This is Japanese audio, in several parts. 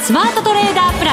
スマートトレーダープラス。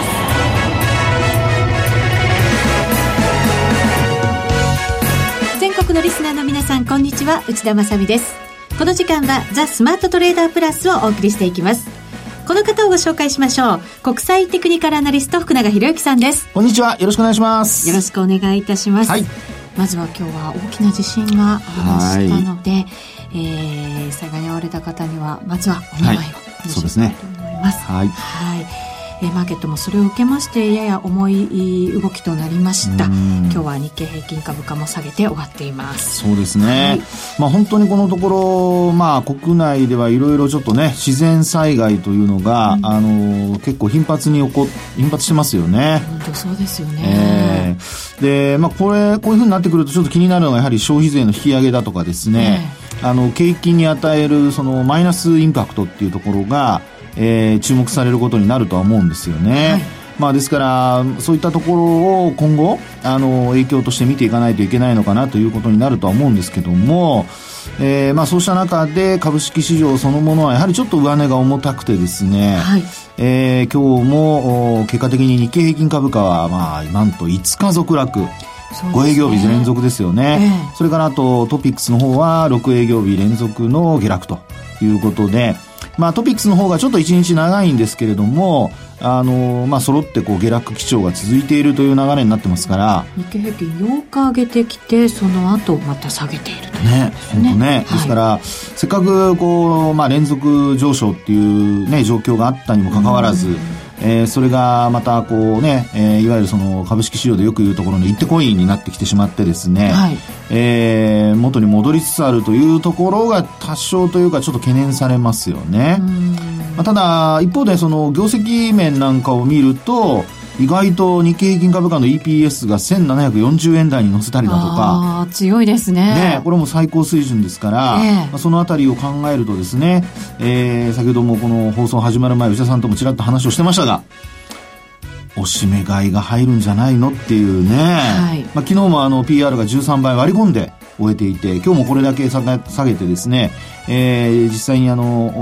全国のリスナーの皆さん、こんにちは、内田まさみです。この時間はザ・スマートトレーダープラスをお送りしていきます。この方をご紹介しましょう。国際テクニカルアナリスト福永博之さんです。 こんにちは、よろしくお願いします。 よろしくお願いいたします。はい、まずは今日は大きな地震がありましたので、災害に遭われた方にはまずはお見舞いを申し上げたいと思います。はい、マーケットもそれを受けましてやや重い動きとなりました。今日は日経平均株価も下げて終わっています。 そうですね、本当にこのところ、国内ではいろいろちょっとね、自然災害というのが、結構頻発してますよね。 本当そうですよね。 で、こういうふうになってくるとちょっと気になるのがやはり消費税の引き上げだとかですね、景気に与えるそのマイナスインパクトっていうところが注目されることになるとは思うんですよね。ですからそういったところを今後影響として見ていかないといけないのかなということになるとは思うんですけども、そうした中で株式市場そのものはやはりちょっと上値が重たくてですね、今日も結果的に日経平均株価はなんと5日続落、5営業日連続ですよね。それからあとトピックスの方は6営業日連続の下落ということで、トピックスの方がちょっと1日長いんですけれども、揃って下落基調が続いているという流れになってますから、 日経平均8日上げてきて、その後また下げているということですね。 ですから、せっかく連続上昇っていうね状況があったにもかかわらず、それがまたいわゆるその株式市場でよく言うところの行ってこいになってきてしまってですね、元に戻りつつあるというところが多少というかちょっと懸念されますよね。ただ一方でその業績面なんかを見ると、意外と日経平均株価の EPS が1740円台に乗せたりだとか、 強いですね。 これも最高水準ですから、そのあたりを考えるとですね、先ほどもこの放送始まる前、内田さんともちらっと話をしてましたが、おしめ買いが入るんじゃないのっていうね、昨日もPR が13倍割り込んで終えていて、今日もこれだけ下げてですね、実際に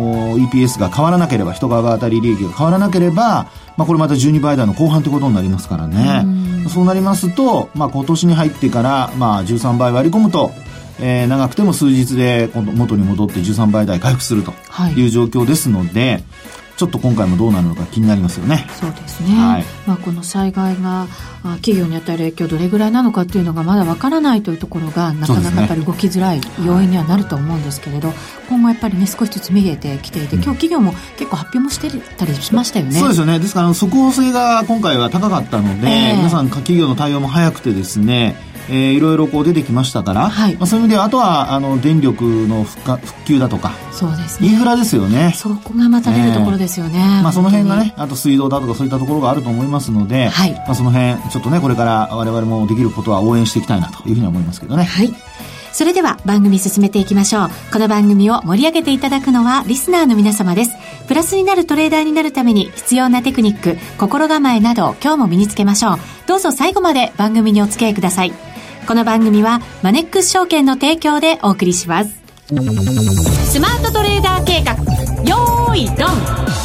EPS が変わらなければ、一株当たり利益が変わらなければ、これまた12倍台の後半ということになりますからね。そうなりますと、今年に入ってから13倍割り込むと、長くても数日で元に戻って13倍台回復するという状況ですので、ちょっと今回もどうなるのか気になりますよね。 そうですね。この災害が企業に与える影響どれぐらいなのかっていうのがまだわからないというところが、なかなかやっぱり動きづらい要因にはなると思うんですけれど、今後やっぱりね、少しずつ見えてきていて、今日企業も結構発表もしてたりしましたよね。 そうですよね。ですから速報性が今回は高かったので、皆さん企業の対応も早くてですね、いろいろ出てきましたから、そういう意味ではあとは電力の復旧だとか、 そうですね、 インフラですよね。 そこがまた出るところですよね。 その辺がね、あと水道だとかそういったところがあると思いますので、その辺ちょっとね、これから我々もできることは応援していきたいなというふうに思いますけどね。 それでは番組進めていきましょう。この番組を盛り上げていただくのはリスナーの皆様です。プラスになるトレーダーになるために必要なテクニック、心構えなど今日も身につけましょう。どうぞ最後まで番組にお付き合いください。この番組はマネックス証券の提供でお送りします。スマートトレーダー計画、よーいドン。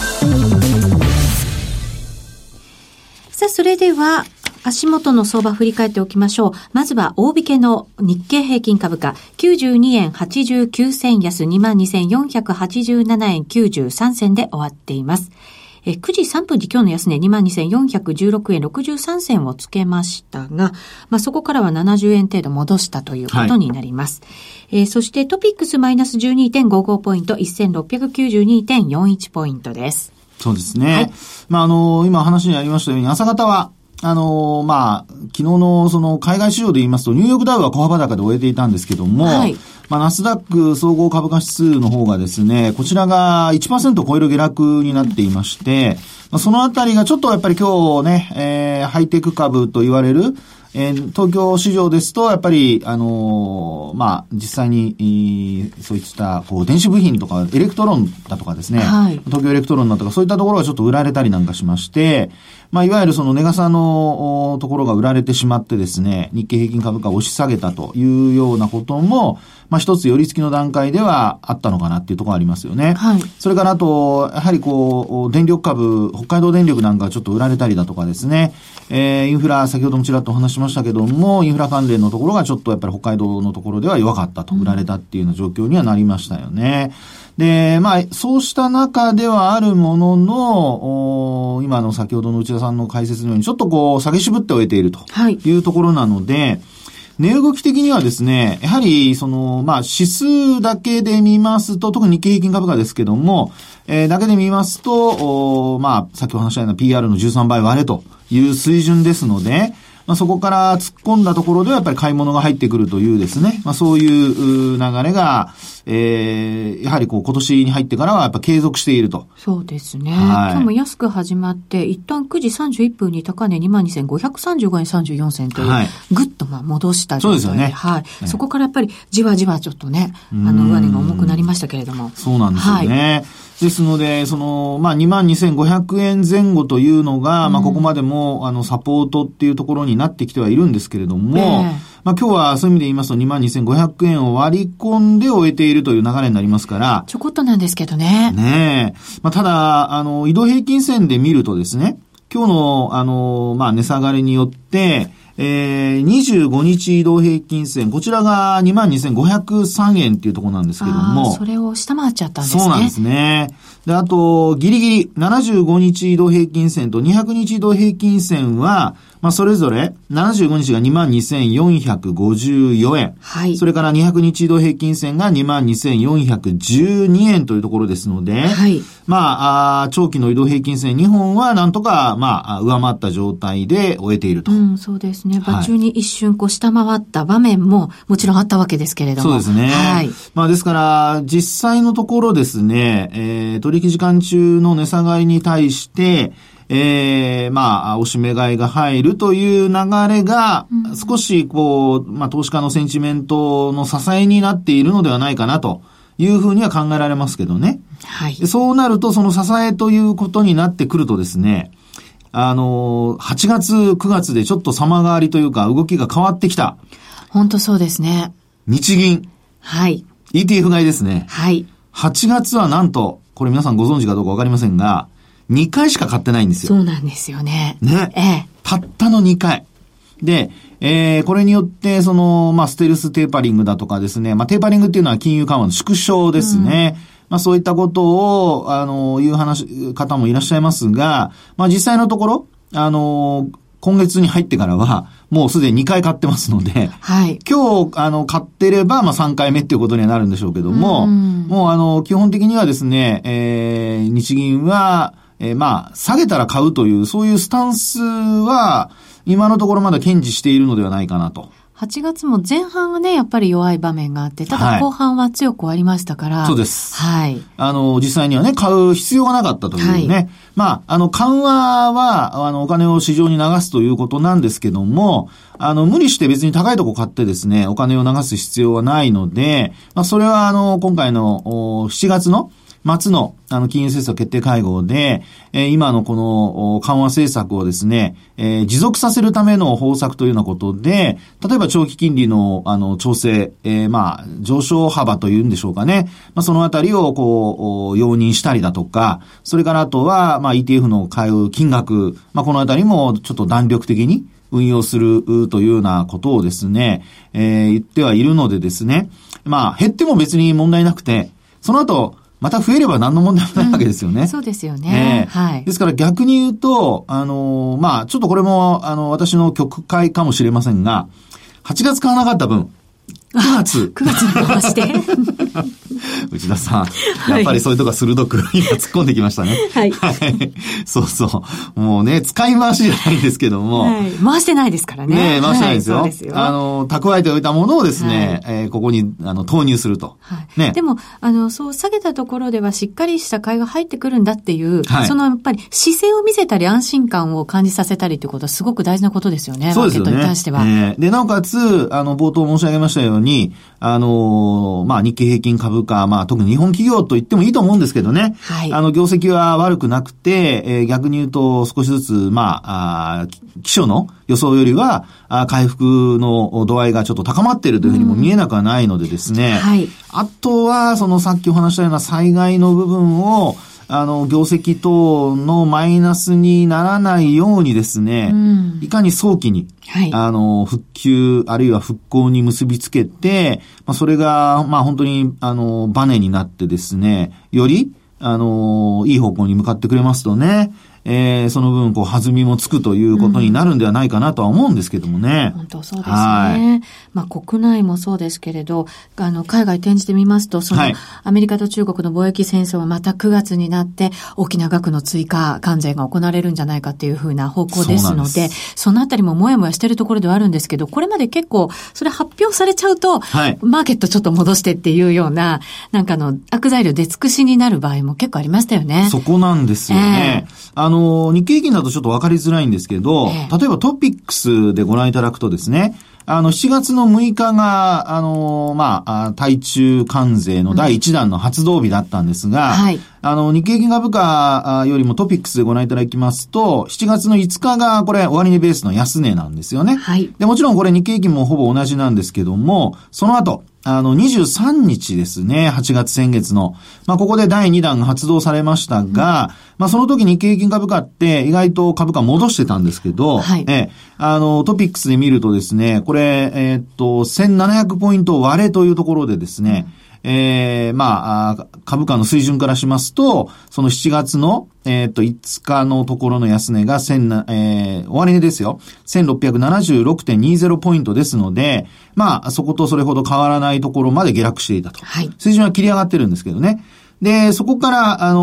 さあ、それでは足元の相場振り返っておきましょう。まずは大引けの日経平均株価、92円89銭安、22,487円93銭で終わっています。9時3分に今日の安値 22,416 円63銭をつけましたが、そこからは70円程度戻したということになります。そしてトピックスマイナス 12.55 ポイント、1692.41 ポイントです。 そうですね。今話にありましたように、朝方は昨日のその海外市場で言いますと、ニューヨークダウは小幅高で終えていたんですけども、ナスダック総合株価指数の方がですね、こちらが 1% を超える下落になっていまして、そのあたりがちょっとやっぱり今日ね、ハイテク株と言われる、東京市場ですと、やっぱり、実際に、そういった、電子部品とか、エレクトロンだとかですね、東京エレクトロンだとか、そういったところがちょっと売られたりなんかしまして、 まあ、いわゆるその値傘のところが売られてしまってですね、日経平均株価を押し下げたというようなことも、まあ、一つ寄り付きの段階ではあったのかなっていうところがありますよね。 はい。 それからあと、やはり電力株、北海道電力なんかちょっと売られたりだとかですね、インフラ、先ほどもちらっとお話ししましたけども、インフラ関連のところがちょっとやっぱり北海道のところでは弱かったと、売られたっていうような状況にはなりましたよね。で、まあ、そうした中ではあるものの、今の先ほどの内田さんの解説のように、ちょっと下げ渋って終えているというところなので、値動き的にはですね、やはり、まあ、指数だけで見ますと、特に日経平均株価ですけども、だけで見ますと、まあ、さっきお話したような PR の13倍割れという水準ですので、まあ、そこから突っ込んだところではやっぱり買い物が入ってくるというですね、まあ、そういう流れが、やはり今年に入ってからはやっぱ継続していると。 そうですね。 はい、 今日も安く始まって、一旦9時31分に高値 22,535 円34銭という、はい、ぐっとまあ戻した状態で。 そうですよね。 はい。そこからやっぱりじわじわちょっとね、上値が重くなりましたけれども。 そうなんですよね。はい、ですので、まあ、22,500 円前後というのが、まあ、ここまでも、サポートっていうところになってきてはいるんですけれども、まあ、今日はそういう意味で言いますと 22,500 円を割り込んで終えているという流れになりますから。 ちょこっとなんですけどね。 ねえ。まあ、ただ、移動平均線で見るとですね、今日の、まあ、値下がりによって、25日移動平均線、こちらが 22,503 円っていうところなんですけども。 それを下回っちゃったんですね。 そうなんですね。で、あと、ギリギリ、75日移動平均線と200日移動平均線は、まあ、それぞれ、75日が 22,454 円。 はい。 それから200日移動平均線が 22,412 円というところですので、 はい。 まあ、長期の移動平均線2本はなんとか、まあ、上回った状態で終えていると。 そうですね。場中に一瞬下回った場面ももちろんあったわけですけれども。 そうですね。 はい。 まあ、ですから、実際のところですね、取引時間中の値下がりに対して、まあ、おしめ買いが入るという流れが、少しまあ、投資家のセンチメントの支えになっているのではないかなというふうには考えられますけどね。 はい。 そうなると、その支えということになってくるとですね、8月、9月でちょっと様変わりというか、動きが変わってきた。 本当そうですね。 日銀。 はい。 ETF 買いですね。 はい。 8月はなんと、これ皆さんご存知かどうかわかりませんが、2回しか買ってないんですよ。 そうなんですよね。 ね。たったの2回。で、これによって、まあ、ステルステーパリングだとかですね、まあ、テーパリングっていうのは金融緩和の縮小ですね。まあ、そういったことを、いう方もいらっしゃいますが、まあ、実際のところ、今月に入ってからは、もうすでに2回買ってますので、 はい。 今日、買ってれば、まあ、3回目っていうことにはなるんでしょうけども、もう、基本的にはですね、日銀は、まあ、下げたら買うという、そういうスタンスは、今のところまだ堅持しているのではないかなと。 8月も前半はね、やっぱり弱い場面があって、ただ後半は強く終わりましたから。 そうです。 はい。 実際にはね、買う必要がなかったというね。はい、まあ、緩和は、お金を市場に流すということなんですけども、無理して別に高いとこ買ってですね、お金を流す必要はないので、まあ、それは今回の7月の末の金融政策決定会合で、今のこの緩和政策をですね、持続させるための方策というようなことで、例えば長期金利の調整、まあ上昇幅というんでしょうかね。まあそのあたりを容認したりだとか、それからあとはまあ ETF の買う金額、まあこのあたりもちょっと弾力的に運用するというようなことをですね、言ってはいるのでですね、まあ減っても別に問題なくて、その後また増えれば何の問題もないわけですよね。 そうですよね。はい。 ですから逆に言うと、まあ、ちょっとこれも、私の曲解かもしれませんが、8月買わなかった分、9月。 9月に回して。 内田さん、やっぱりそういうとこが鋭く今突っ込んできましたね。 はい。 はい。そうそう。もうね、使い回しじゃないんですけども。 はい。回してないですからね。 ね、回してないですよ。 はい、そうですよ。 蓄えておいたものをですね、はい、ここに投入すると。 はい。ね。でも、そう下げたところではしっかりした買いが入ってくるんだっていう、はい、やっぱり姿勢を見せたり安心感を感じさせたりということはすごく大事なことですよね。 そうですよね。 マーケットに関しては。 で、なおかつ、冒頭申し上げましたようように、日経平均株価、特に日本企業と言ってもいいと思うんですけどね。 はい。 業績は悪くなくて、逆に言うと少しずつ、期初の予想よりは、回復の度合いがちょっと高まっているというふうにも見えなくはないのでですね。 はい。 あとは、さっきお話したような災害の部分を、業績等のマイナスにならないようにですね、いかに早期に、はい、復旧、あるいは復興に結びつけて、それが、本当に、バネになってですね、より、いい方向に向かってくれますとね、その分、弾みもつくということになるんではないかなとは思うんですけどもね。 本当そうですね。はい、国内もそうですけれど、海外転じてみますと、はい、アメリカと中国の貿易戦争はまた9月になって、大きな額の追加関税が行われるんじゃないかっていうふうな方向ですので、そのあたりももやもやしてるところではあるんですけど、これまで結構、それ発表されちゃうと、はい、マーケットちょっと戻してっていうような、悪材料出尽くしになる場合も結構ありましたよね。 そこなんですよね。日経平均だとちょっと分かりづらいんですけど、例えばトピックスでご覧いただくとですね、7月の6日が、対中関税の第1弾の発動日だったんですが、はい、日経平均株価よりもトピックスでご覧いただきますと、7月の5日がこれ終値ベースの安値なんですよね。はい、で、もちろんこれ日経平均もほぼ同じなんですけども、その後、23日ですね、8月先月の。ここで第2弾が発動されましたが、その時日経平均株価って意外と株価戻してたんですけど、はい、トピックスで見るとですね、これ、1700ポイント割れというところでですね、株価の水準からしますと、その7月の、5日のところの安値が終値ですよ。1676.20 ポイントですので、そことそれほど変わらないところまで下落していたと。はい、水準は切り上がってるんですけどね。で、そこから、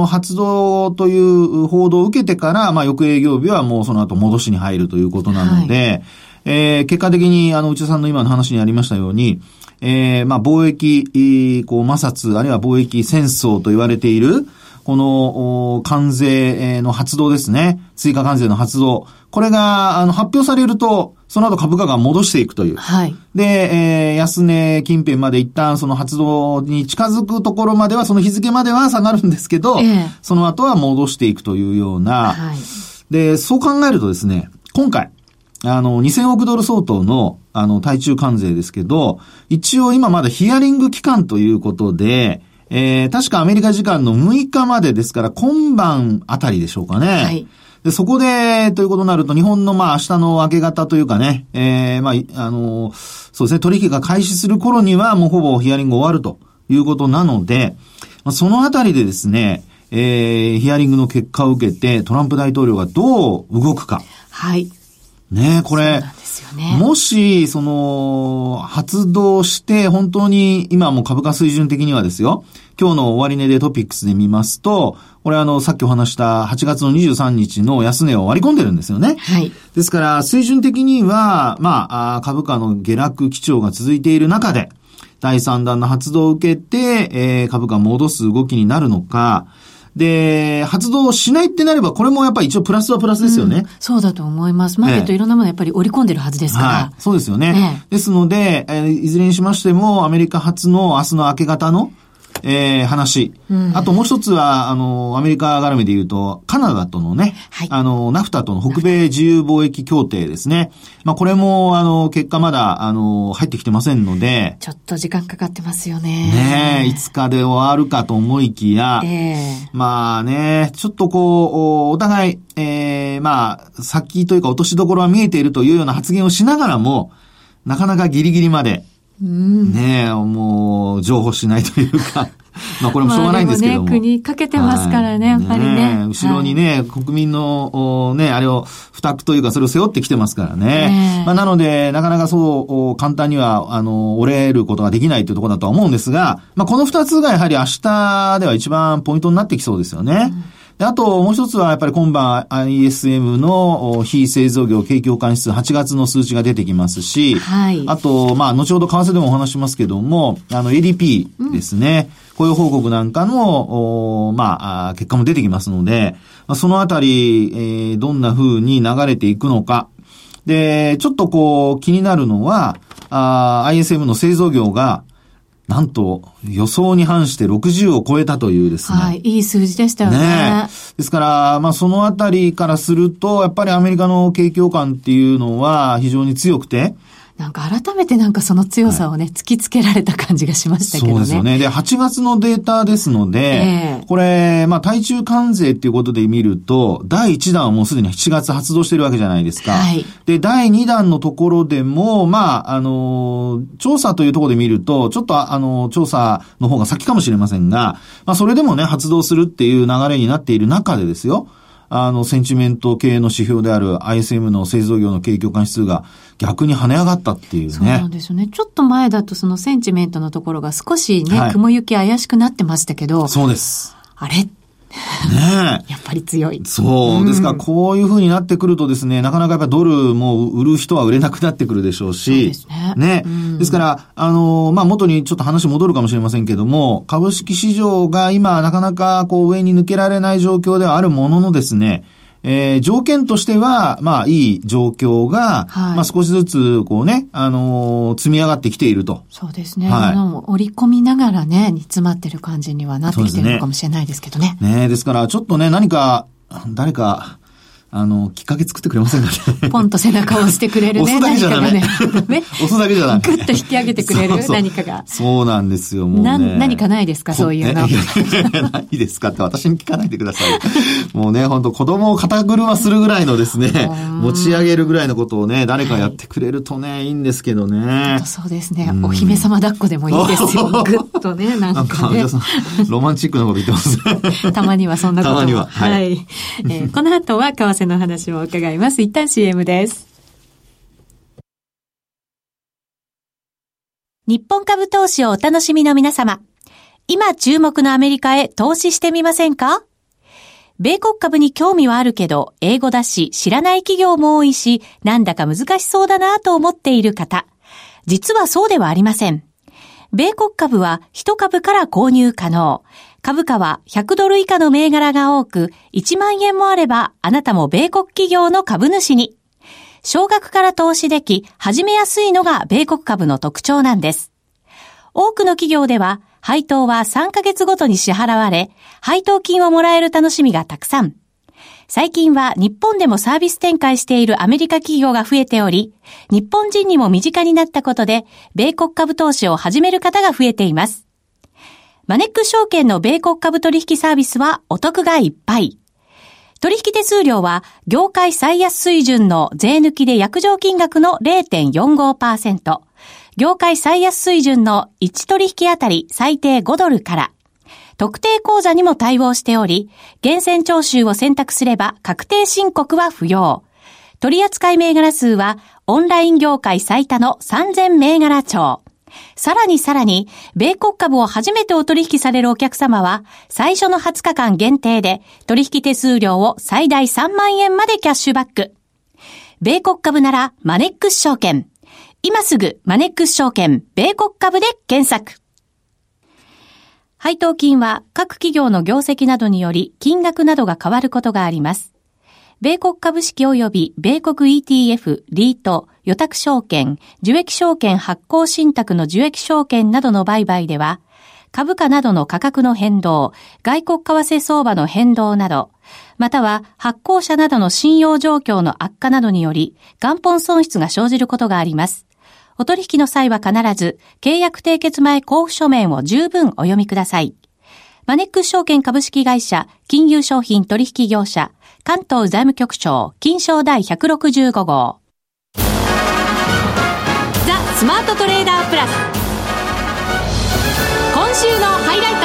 発動という報道を受けてから、翌営業日はもうその後戻しに入るということなので、はい、結果的に、内田さんの今の話にありましたように、貿易、摩擦、あるいは貿易戦争と言われている、この、関税の発動ですね。追加関税の発動。これが、発表されると、その後株価が戻していくという。はい。で、安値近辺まで一旦その発動に近づくところまでは、その日付までは下がるんですけど、その後は戻していくというような。はい。で、そう考えるとですね、今回、2000億ドル相当の、対中関税ですけど、一応今まだヒアリング期間ということで、確かアメリカ時間の6日までですから、今晩あたりでしょうかね。はい。で、そこで、ということになると、日本の明日の明け方というかね、そうですね、取引が開始する頃にはもうほぼヒアリング終わるということなので、そのあたりでですね、ヒアリングの結果を受けて、トランプ大統領がどう動くか。はい。ね、これ、もし、発動して、本当に、今も株価水準的にはですよ、今日の終値でトピックスで見ますと、これさっきお話した8月の23日の安値を割り込んでるんですよね。はい。ですから、水準的には、株価の下落基調が続いている中で、第3弾の発動を受けて、株価戻す動きになるのか、で、発動しないってなれば、これもやっぱり一応プラスはプラスですよね。 そうだと思います。マーケットいろんなものやっぱり織り込んでるはずですから。はい。 そうですよね。ですので、いずれにしましても、アメリカ発の明日の明け方の、話。あともう一つは、アメリカ絡みで言うと、カナダとのね、はい、ナフタとの北米自由貿易協定ですね。これも、結果まだ、入ってきてませんので。 ちょっと時間かかってますよね。 ねえ、いつかで終わるかと思いきや、ちょっとお互い、先というか落としどころは見えているというような発言をしながらも、なかなかギリギリまで、ねえ、もう、譲歩しないというか、これもしょうがないんですけども。 国かけてますからね、やっぱりね。 後ろにね、国民の、あれを、負託というか、それを背負ってきてますからね。なので、なかなかそう、簡単には、折れることができないというところだとは思うんですが、この二つがやはり明日では一番ポイントになってきそうですよね。で、あと、もう一つは、やっぱり今晩 ISM の非製造業景況感指数8月の数値が出てきますし、はい。あと、後ほど為替でもお話しますけども、ADP ですね。雇用報告なんかの、結果も出てきますので、そのあたり、どんな風に流れていくのか。 で、ちょっとこう気になるのは、ISM の製造業が、なんと予想に反して60を超えたというですね。 はい、いい数字でしたよね。 ですから、そのあたりからすると、やっぱりアメリカの景況感っていうのは非常に強くて、 なんか改めてその強さをね、突きつけられた感じがしましたけどね。 そうですよね。で、8月のデータですので、これ、対中関税っていうことで見ると、第1弾はもうすでに7月発動してるわけじゃないですか。はい。で、第2弾のところでも、調査というところで見ると、ちょっと調査の方が先かもしれませんが、それでもね、発動するっていう流れになっている中でですよ。センチメント系の指標である ISM の製造業の景況感指数が逆に跳ね上がったっていうね。 そうなんですよね。ちょっと前だとそのセンチメントのところが少しね、はい、雲行き怪しくなってましたけど。 そうです。 あれねやっぱり強い。 そう。ですから、こういう風になってくるとですね、なかなかやっぱりドルも売る人は売れなくなってくるでしょうし。 そうですね。 ですから、元にちょっと話戻るかもしれませんけども、株式市場が今なかなか上に抜けられない状況ではあるもののですね、条件としては、いい状況が、はい、少しずつ、積み上がってきていると。 そうですね。はい、織り込みながらね、煮詰まってる感じにはなってきてるのかもしれないですけどね。 ですから、ちょっとね、誰か、きっかけ作ってくれませんかね。 ポンと背中を押してくれるね。 押すだけじゃダメ。押すだけじゃダメ。 グッと引き上げてくれる何かが。 そうなんですよ、もうね。 何かないですか、そういうの。 ないですかって私に聞かないでください。もうね、本当子供を肩車するぐらいのですね、持ち上げるぐらいのことをね、誰かやってくれるとね、いいんですけどね。 そうですね。お姫様抱っこでもいいですよ。グッとね、なんかね。 ロマンチックなこと言ってますね。 たまにはそんなことも。 たまには。 はい。この後は為替の話を伺います。一旦 CM です。日本株投資をお楽しみの皆様。今注目のアメリカへ投資してみませんか？米国株に興味はあるけど、英語だし知らない企業も多いし、なんだか難しそうだなと思っている方。実はそうではありません。米国株は1株から購入可能。株価は100ドル以下の銘柄が多く、1万円もあればあなたも米国企業の株主に。少額から投資でき、始めやすいのが米国株の特徴なんです。多くの企業では、配当は3ヶ月ごとに支払われ、配当金をもらえる楽しみがたくさん。最近は日本でもサービス展開しているアメリカ企業が増えており、日本人にも身近になったことで、米国株投資を始める方が増えています。マネックス証券の米国株取引サービスはお得がいっぱい。取引手数料は業界最安水準の税抜きで約定金額の 0.45%、業界最安水準の1取引あたり最低5ドルから、特定口座にも対応しており、厳選徴収を選択すれば確定申告は不要。取扱銘柄数はオンライン業界最多の3000銘柄超。さらに、米国株を初めてお取引されるお客様は、最初の20日間限定で、取引手数料を最大3万円までキャッシュバック。米国株なら、マネックス証券。今すぐ、マネックス証券、米国株で検索。配当金は、各企業の業績などにより、金額などが変わることがあります。米国株式及び米国 ETF、リート、予託証券、受益証券発行信託の受益証券などの売買では、株価などの価格の変動、外国為替相場の変動など、または発行者などの信用状況の悪化などにより、元本損失が生じることがあります。お取引の際は必ず、契約締結前交付書面を十分お読みください。マネックス証券株式会社、金融商品取引業者、関東財務局長、金商第165号。ザ・スマートトレーダープラス。今週のハイライト。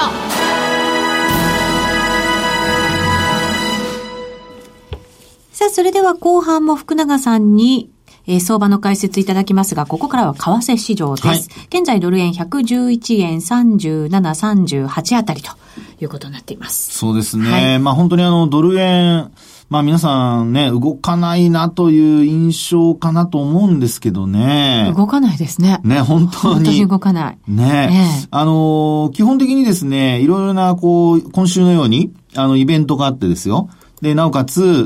さあ、それでは後半も福永さんに、相場の解説いただきますが、ここからは為替市場です。はい、現在ドル円111円37、38あたりということになっています。 そうですね。はい、本当にドル円、皆さんね、動かないなという印象かなと思うんですけどね。 動かないですね。 ね、本当に動かない。 ね。基本的にですね、いろいろな今週のように、イベントがあってですよ。 で、なおかつ、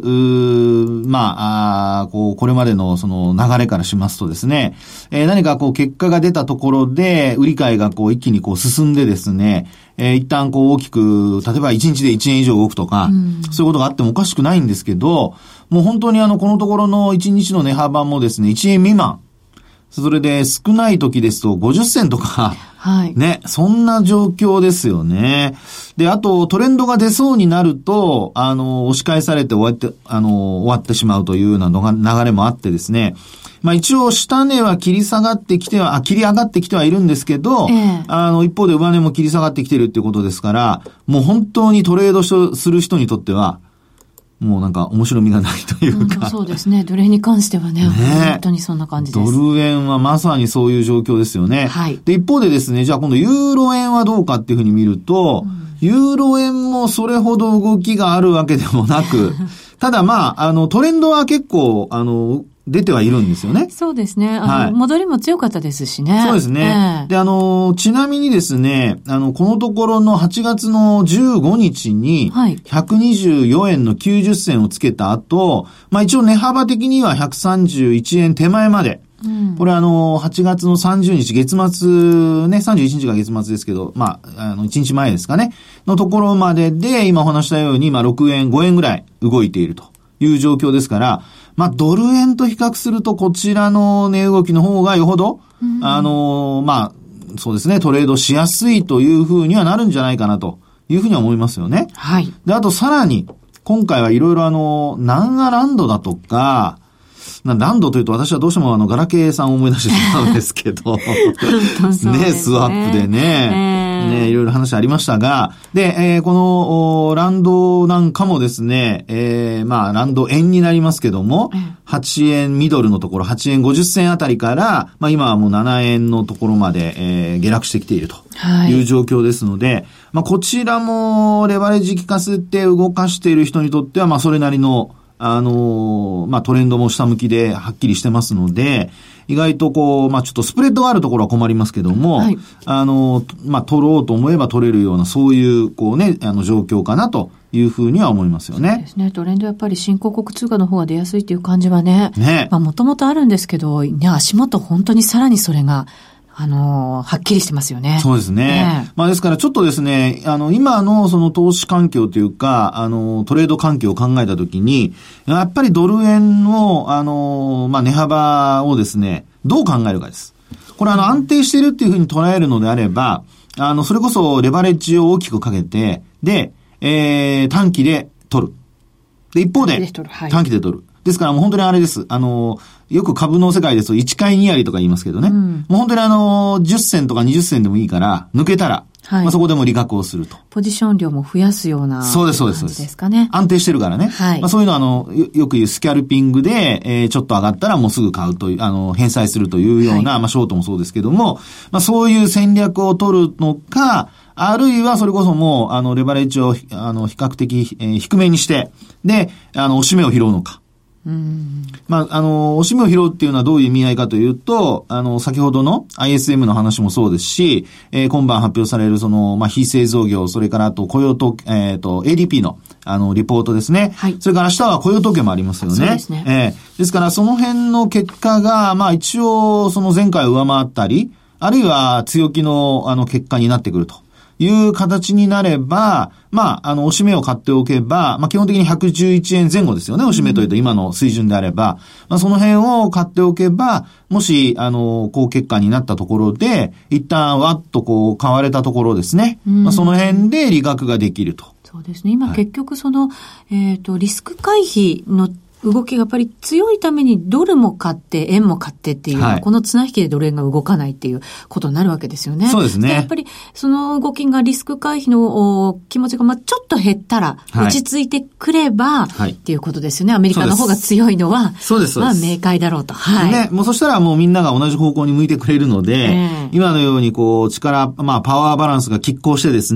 これまでのその流れからしますとですね、何か結果が出たところで、売り買いが一気に進んでですね、一旦大きく、例えば1日で1円以上動くとか、そういうことがあってもおかしくないんですけど、もう本当にこのところの1日の値幅もですね、1円未満。それで少ない時ですと50銭とか、 はい。 ね、そんな状況ですよね。で、あとトレンドが出そうになると、押し返されて終わってしまうというような流れもあってですね。一応下値は切り上がってきてはいるんですけど、一方で上値も切り下がってきてるっていうことですから、もう本当にトレードする人にとっては、もうなんか面白みがないというか。 そうですね。ドル円に関してはね、本当にそんな感じです。 ドル円はまさにそういう状況ですよね。 はい。 で、一方でですね、じゃあ今度ユーロ円はどうかっていうふうに見ると、ユーロ円もそれほど動きがあるわけでもなく、ただトレンドは結構、出てはいるんですよね。 そうですね。戻りも強かったですしね。 そうですね。で、ちなみにですね、このところの8月の15日に、124円の90銭をつけた後、一応値幅的には131円手前まで。これ8月の30日月末ね、31日が月末ですけど、1日前ですかね、のところまでで、今お話したように、6円、5円ぐらい動いているという状況ですから、ドル円と比較するとこちらの値動きの方がよほど、そうですね、トレードしやすいというふうにはなるんじゃないかなというふうには思いますよね。 はい。 で、あとさらに、今回はいろいろ南アランドだとか、ランドというと私はどうしてもガラケーさんを思い出してしまうんですけど、ね、スワップでね、いろいろ話ありましたが、で、このランドなんかもですね、ランド円になりますけども、8円ミドルのところ、8円50銭あたりから、今はもう7円のところまで、下落してきているという状況ですので、こちらもレバレッジ効かせて動かしている人にとっては、それなりのトレンドも下向きではっきりしてますので、意外とちょっとスプレッドがあるところは困りますけども、取ろうと思えば取れるような、そういう、状況かなというふうには思いますよね。 そうですね。トレンドやっぱり新興国通貨の方が出やすいという感じはね、もともとあるんですけど、足元本当にさらにそれが、はっきりしてますよね。 そうですね。ですからちょっとですね、今のその投資環境というか、トレード環境を考えたときに、やっぱりドル円の、値幅をですね、どう考えるかです。これ安定しているっていうふうに捉えるのであれば、それこそレバレッジを大きくかけて、で、短期で取る。で、一方で、短期で取る。ですからもう本当にあれです。よく株の世界ですと1回2割とか言いますけどね。もう本当に10銭とか20銭でもいいから、抜けたら、そこでも利確をすると。 ポジション量も増やすような感じですかね。 安定してるからね。そういうのはよく言うスキャルピングで、ちょっと上がったらもうすぐ買うという、返済するというような、ショートもそうですけども、そういう戦略を取るのか、あるいはそれこそもう、レバレッジを、比較的、低めにして、で、押し目を拾うのか。押し目を拾うっていうのはどういう意味合いかというと、先ほどの ISM の話もそうですし、今晩発表される非製造業、それからあと雇用と、ADP の、リポートですね。それから明日は雇用統計もありますよね。 そうですね。 ですからその辺の結果が、一応その前回を上回ったり、あるいは強気の、結果になってくるという形になれば、押し目を買っておけば、基本的に111円前後ですよね、押し目というと今の水準であれば、その辺を買っておけば、もし、高結果になったところで、一旦わっと買われたところですね。その辺で利確ができると。 そうですね。今結局リスク回避の動きがやっぱり強いためにドルも買って円も買ってっていう、この綱引きでドル円が動かないっていうことになるわけですよね。 そうですね。 やっぱりその動きがリスク回避の気持ちがちょっと減ったら落ち着いてくれば、っていうことですよね。アメリカの方が強いのは明快だろうと。 ね、もうそしたらもうみんなが同じ方向に向いてくれるので、今のように力、パワーバランスが拮抗してですね、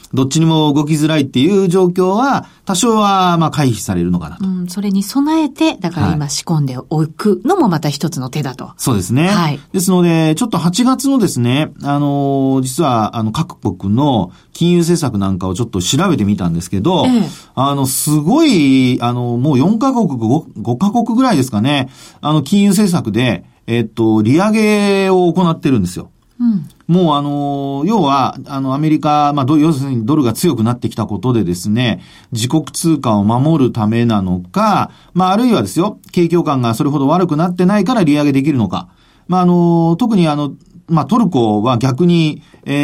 どっちにも動きづらいっていう状況は、多少はまあ回避されるのかなと。 それに備えて、だから今仕込んでおくのもまた一つの手だと。 そうですね。はい。ですので、ちょっと8月のですね、実は、各国の金融政策なんかをちょっと調べてみたんですけど、すごい、もう4カ国、5カ国ぐらいですかね、金融政策で、利上げを行ってるんですよ。もう要は、アメリカ、要するにドルが強くなってきたことでですね、自国通貨を守るためなのか、あるいはですよ、景況感がそれほど悪くなってないから利上げできるのか。特にトルコは逆に、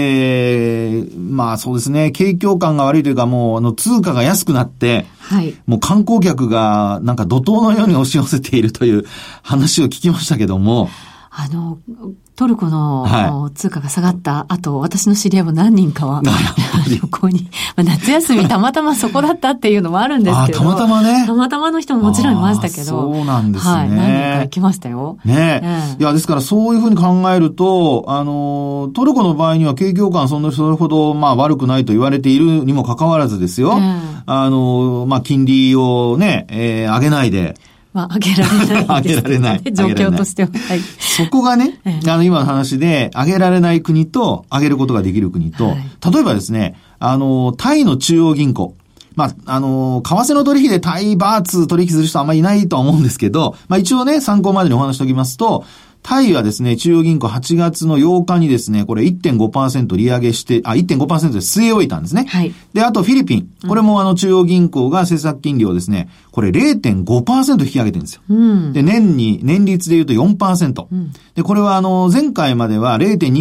そうですね、景況感が悪いというか、もう、通貨が安くなって、はい。もう観光客が、なんか怒涛のように押し寄せているという話を聞きましたけども、 トルコの通貨が下がった後、私の知り合いも何人かは旅行に、夏休みたまたまそこだったっていうのもあるんですけど。 たまたまね。 たまたまの人ももちろんいましたけど。 そうなんですね。 はい。何人か行きましたよ。 ねえ。いや、ですからそういうふうに考えると、トルコの場合には景況感それほど悪くないと言われているにもかかわらずですよ。金利をね、上げないで。 上げられない。上げられない。状況としては。はい。 そこがね、今の話で、上げられない国と、上げることができる国と、例えばですね、タイの中央銀行。為替の取引でタイバーツ取引する人はあんまりいないとは思うんですけど、一応ね、参考までにお話しておきますと、タイはですね、中央銀行8月の8日にですね、これ 1.5% 利上げして、1.5% で据え置いたんですね。はい。で、あとフィリピン。これも中央銀行が政策金利をですね、これ 0.5% 引き上げてるんですよ。で、年率で言うと 4%。で、これは前回までは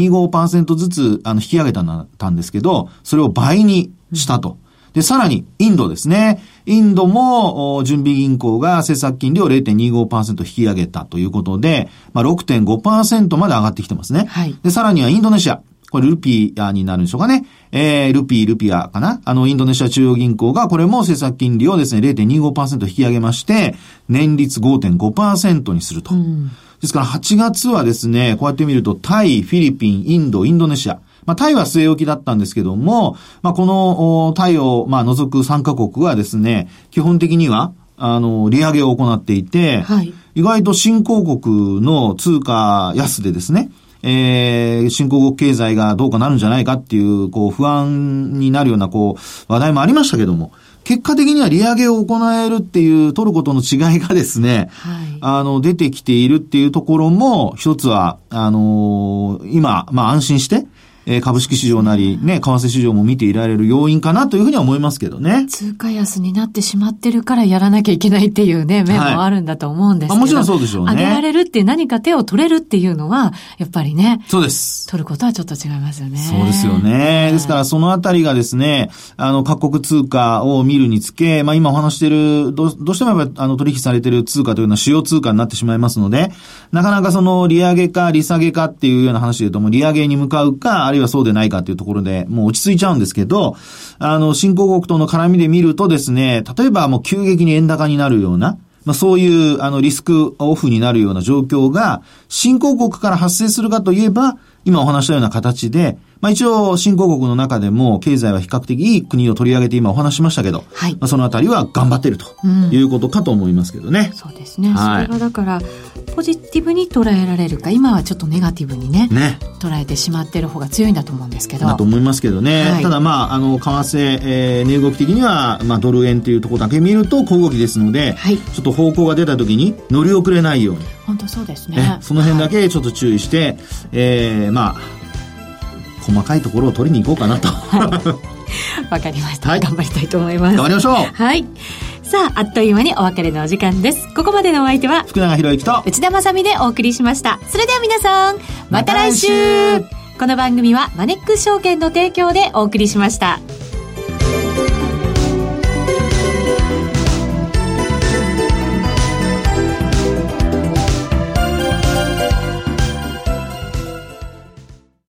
0.25% ずつ引き上げたんですけど、それを倍にしたと。で、さらに、インドですね。インドも、準備銀行が政策金利を 0.25% 引き上げたということで、6.5% まで上がってきてますね。はい。で、さらにはインドネシア。これルピアになるんでしょうかね。ルピアかな。インドネシア中央銀行がこれも政策金利をですね、0.25% 引き上げまして、年率 5.5% にすると。ですから8月はですね、こうやって見ると、タイ、フィリピン、インドネシア。タイは据え置きだったんですけども、このタイを除く3カ国はですね、基本的には利上げを行っていて、はい、意外と新興国の通貨安でですね、新興国経済がどうかなるんじゃないかっていう不安になるような話題もありましたけども、結果的には利上げを行えるっていうトルコとの違いがですね、はい、出てきているっていうところも一つは今安心して株式市場なりね、為替市場も見ていられる要因かなというふうには思いますけどね。 通貨安になってしまってるからやらなきゃいけないっていうね、面もあるんだと思うんですけど。 もちろんそうでしょうね。 上げられるって何か手を取れるっていうのは、やっぱりね。 そうです。 取ることはちょっと違いますよね。 そうですよね。ですからそのあたりがですね、各国通貨を見るにつけ、今お話している、どうしてもやっぱり取引されている通貨というのは主要通貨になってしまいますので、なかなかその利上げか利下げかっていうような話で言うとも利上げに向かうか、あるいはそうでないかというところでもう落ち着いちゃうんですけど、新興国との絡みで見るとですね、例えばもう急激に円高になるような、そういうリスクオフになるような状況が新興国から発生するかといえば、今お話したような形で、一応新興国の中でも経済は比較的いい国を取り上げて今お話しましたけど、はい、そのあたりは頑張っているということかと思いますけどね。 そうですね。はい、それがだからポジティブに捉えられるか、今はちょっとネガティブにね捉えてしまっている方が強いんだと思うんですけど。 だと思いますけどね。はい、ただ為替、値動き的にはドル円というところだけ見ると小動きですので、はい、ちょっと方向が出た時に乗り遅れないように。 本当そうですね。 その辺だけちょっと注意して、細かいところを取りに行こうかなと。 わかりました、はい。頑張りたいと思います。 頑張りましょう。 はい。さあ、あっという間にお別れのお時間です。ここまでのお相手は福永博之と内田まさみでお送りしました。それでは皆さん、また来週。この番組はマネックス証券の提供でお送りしました。